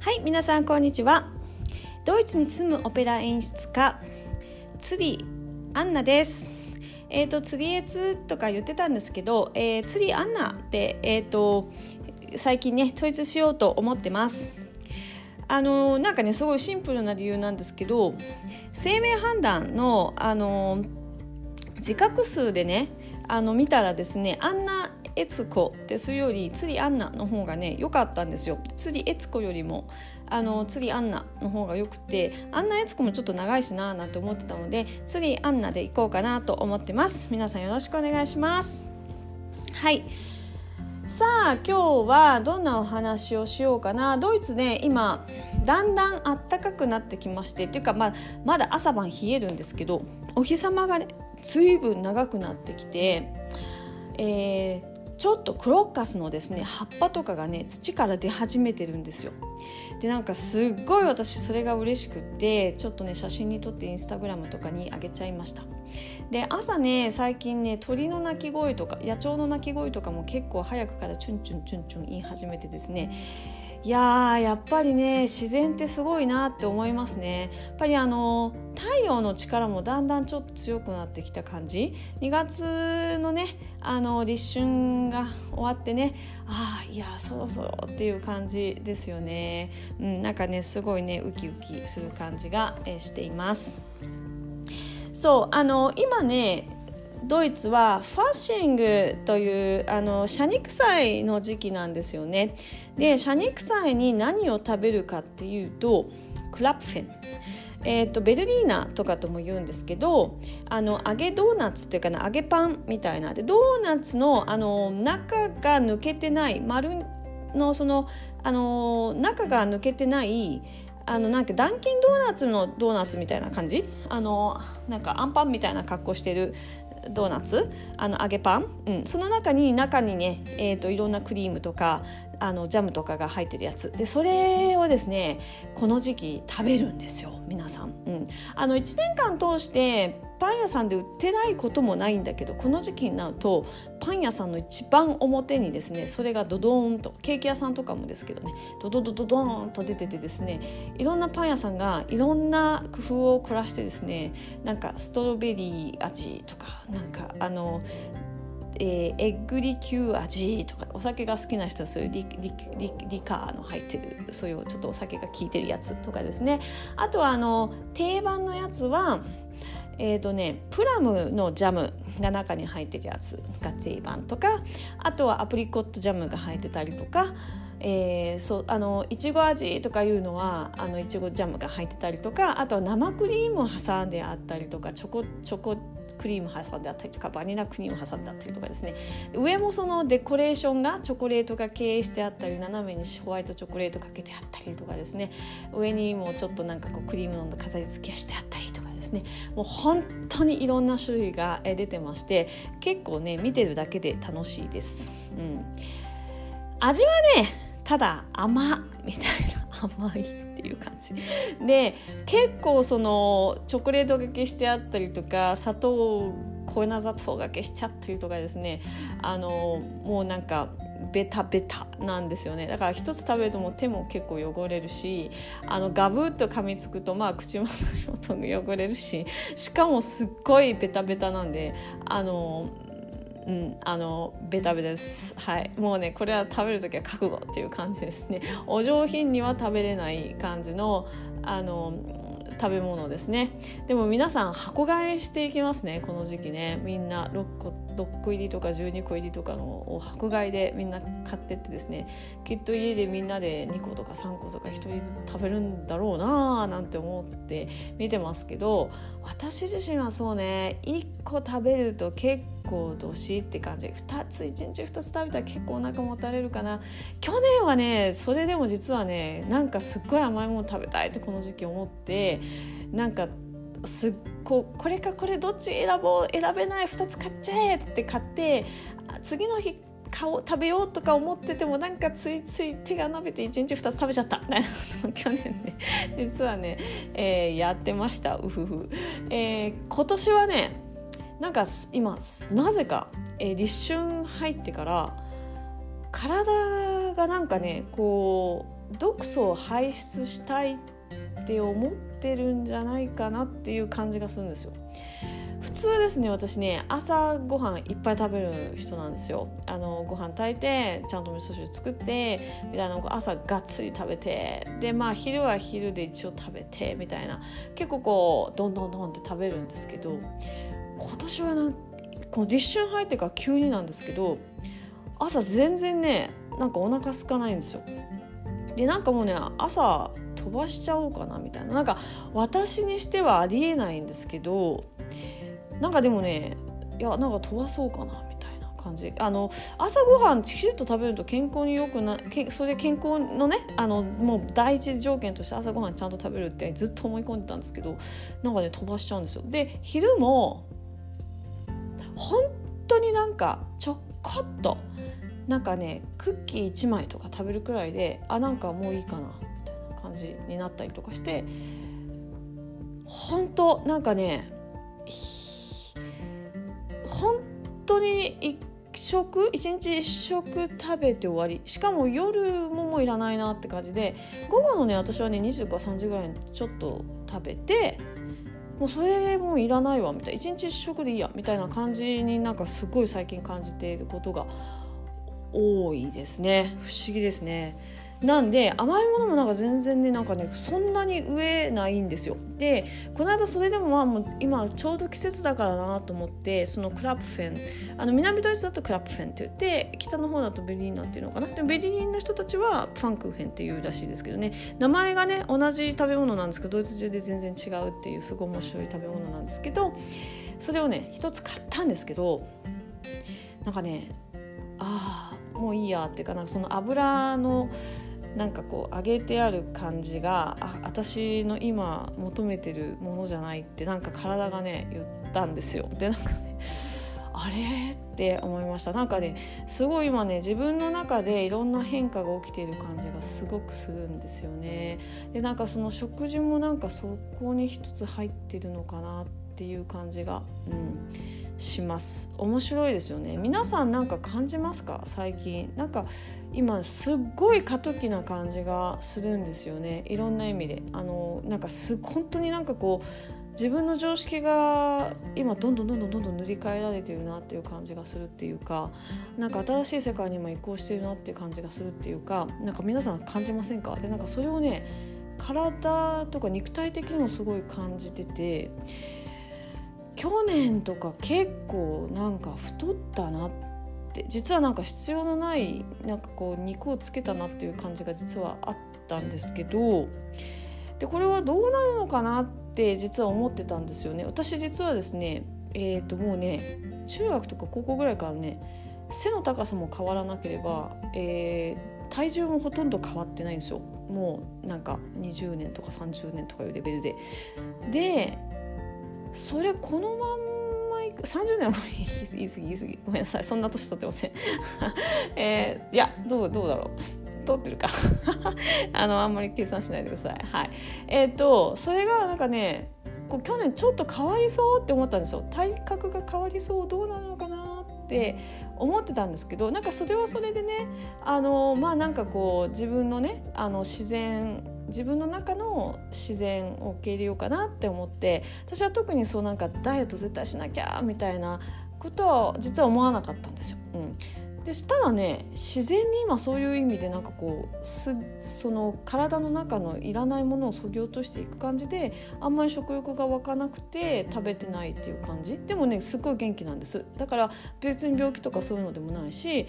はい、皆さんこんにちは。ドイツに住むオペラ演出家ツリアンナです。ツリエツとか言ってたんですけど、ツリアンナで、最近ね統一しようと思ってます。なんかねすごいシンプルな理由なんですけど、生命判断の自覚数でね見たらですね、アンナエツコですよりツリアンナの方がね良かったんですよ。ツリエツコよりもツリアンナの方が良くて、アンナエツコもちょっと長いしななんて思ってたので、ツリアンナで行こうかなと思ってます。皆さんよろしくお願いします。はい、さあ今日はどんなお話をしようかな。ドイツね今だんだん暖かくなってきまして、っていうか、まだ朝晩冷えるんですけど、お日様がね随分長くなってきて、ちょっとクロッカスのですね葉っぱとかがね土から出始めてるんですよ。でなんかすっごい私それが嬉しくって、ちょっとね写真に撮ってインスタグラムとかに上げちゃいました。で朝ね最近ね鳥の鳴き声とか野鳥の鳴き声とかも結構早くからチュンチュンチュンチュン言い始めてですね、やっぱりね自然ってすごいなって思いますね。やっぱり太陽の力もだんだんちょっと強くなってきた感じ。2月のね立春が終わってね、そろそろっていう感じですよね。なんかねすごいねウキウキする感じが、しています。そう今ねドイツはファッシングという謝肉祭の時期なんですよね。で謝肉祭に何を食べるかっていうとクラップフェン、ベルリーナとかとも言うんですけど、揚げドーナツっていうかな、揚げパンみたいなで、ドーナツの中が抜けてない丸のその中が抜けてないなんかダンキンドーナツのドーナツみたいな感じ、なんかアンパンみたいな格好してるドーナツ、揚げパン、その中にね、いろんなクリームとかジャムとかが入ってるやつで、それをですねこの時期食べるんですよ皆さん。1年間通してパン屋さんで売ってないこともないんだけど、この時期になるとパン屋さんの一番表にですねそれがドドーンと、ケーキ屋さんとかもですけどねドドーンと出ててですね、いろんなパン屋さんがいろんな工夫を凝らしてですね、なんかストロベリー味とか、なんかエッグリキュー味とか、お酒が好きな人はそういうリカーの入ってる、そういうちょっとお酒が効いてるやつとかですね。あとは定番のやつはプラムのジャムが中に入ってるやつが定番とか、あとはアプリコットジャムが入ってたりとか、いちご味とかいうのはいちごジャムが入ってたりとか、あとは生クリームを挟んであったりとか、チョコクリーム挟んであったりとか、バニラクリーム挟んであったりとかですね。上もそのデコレーションがチョコレートが経営してあったり、斜めにホワイトチョコレートかけてあったりとかですね、上にもちょっとなんかこうクリームの飾り付けしてあったりとかですね、もう本当にいろんな種類が出てまして、結構ね見てるだけで楽しいです。味はねただ甘みたいな、甘いっていう感じで、結構そのチョコレートがけしてあったりとか、粉砂糖がけしてあったりとかですね、もうなんかベタベタなんですよね。だから一つ食べるともう手も結構汚れるし、ガブッと噛みつくと口元が汚れるし、しかもすっごいベタベタなんでベタベタです。はい、もうねこれは食べるときは覚悟っていう感じですね。お上品には食べれない感じの食べ物ですね。でも皆さん箱買いしていきますねこの時期ね。みんな6個入りとか12個入りとかのを箱買いでみんな買ってってですね、きっと家でみんなで2個とか3個とか1人ずつ食べるんだろうななんて思って見てますけど、私自身はそうね1個食べると結構どしって感じ。1日2つ食べたら結構お腹もたれるかな。去年はねそれでも実はねなんかすっごい甘いもの食べたいってこの時期思って、なんかこれかこれどっち選べない2つ買っちゃえって買って、次の日食べようとか思っててもなんかついつい手が伸びて1日2つ食べちゃった去年ね実はね、やってました。今年はねなんか今なぜか、立春入ってから体がなんかねこ毒素を排出したいって思ってるんじゃないかなっていう感じがするんですよ。普通ですね、私ね朝ごはんいっぱい食べる人なんですよ。ご飯炊いてちゃんと味噌汁作ってみたいな、朝がっつり食べて、で昼は昼で一応食べてみたいな、結構こうどんどんって食べるんですけど、今年はこの立春入ってから急になんですけど、朝全然ねお腹空かないんですよ。でもうね朝飛ばしちゃおうかなみたいな、私にしてはありえないんですけど、でもね飛ばそうかなみたいな感じ。朝ごはんきちっと食べると健康に良くな、それで健康のねもう第一条件として朝ごはんちゃんと食べるってずっと思い込んでたんですけど、飛ばしちゃうんですよ。で昼も本当にちょこっとクッキー1枚とか食べるくらいでもういいかなみたいな感じになったりとかして、本当本当に1日1食食べて終わり、しかも夜もいらないなって感じで、午後のね私はね2時とか3時ぐらいにちょっと食べて、もうそれでもういらないわみたいな、1日1食でいいやみたいな感じにすごい最近感じていることが多いですね。不思議ですね。なんで甘いものも全然ねそんなに飢えないんですよ。でこの間それでももう今ちょうど季節だからなと思って、そのクラプフェン、南ドイツだとクラプフェンって言って、北の方だとベリーナっていうのかな。でベリーナの人たちはファンクーヘンっていうらしいですけどね、名前がね同じ食べ物なんですけどドイツ中で全然違うっていうすごい面白い食べ物なんですけど、それをね一つ買ったんですけど、もういいやっていうか、その油の揚げてある感じが私の今求めてるものじゃないって体がね言ったんですよ。であれって思いました。すごい今ね自分の中でいろんな変化が起きている感じがすごくするんですよね。でその食事もそこに一つ入ってるのかなっていう感じが、します。面白いですよね。皆さん感じますか？最近今すっごい過渡期な感じがするんですよね。いろんな意味で本当に自分の常識が今どんどん塗り替えられてるなっていう感じがするっていうか、新しい世界に今移行してるなっていう感じがするっていうか、皆さん感じませんか？でそれをね体とか肉体的にもすごい感じてて、去年とか結構太ったなって、実は必要のない肉をつけたなっていう感じが実はあったんですけど、でこれはどうなるのかなって実は思ってたんですよね。私実はですねもうね中学とか高校ぐらいからね背の高さも変わらなければ、体重もほとんど変わってないんですよ。もう20年とか30年とかいうレベルでそれこのまんま30年は言い過ぎごめんなさい、そんな年取ってませんいやどうだろう、取ってるかあんまり計算しないでください。はい。それが去年ちょっと変わりそうって思ったんですよ。体格が変わりそう、どうなのかなって思ってたんですけど、それはそれでね自分のね自分の中の自然を受け入れようかなって思って、私は特にダイエット絶対しなきゃみたいなことは実は思わなかったんですよ。でしたらね自然に今そういう意味でその体の中のいらないものを削ぎ落としていく感じで、あんまり食欲が湧かなくて食べてないっていう感じでもねすごい元気なんです。だから別に病気とかそういうのでもないし、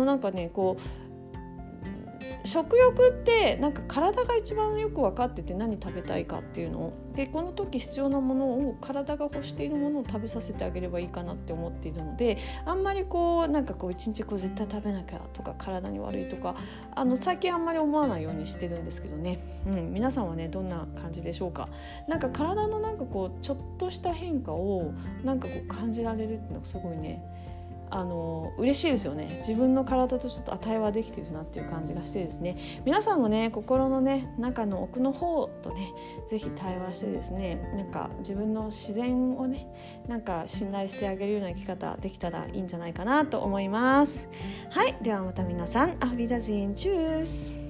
食欲って体が一番よく分かってて何食べたいかっていうのをで、この時必要なものを体が欲しているものを食べさせてあげればいいかなって思っているので、あんまり一日絶対食べなきゃとか体に悪いとか最近あんまり思わないようにしてるんですけどね。皆さんはねどんな感じでしょうか？体のちょっとした変化を感じられるっていうのがすごいね嬉しいですよね。自分の体とちょっと対話できてるなっていう感じがしてですね、皆さんもね心のね中の奥の方とねぜひ対話してですね、自分の自然をね信頼してあげるような生き方できたらいいんじゃないかなと思います。はい、ではまた皆さん、アフビダゼンチュース。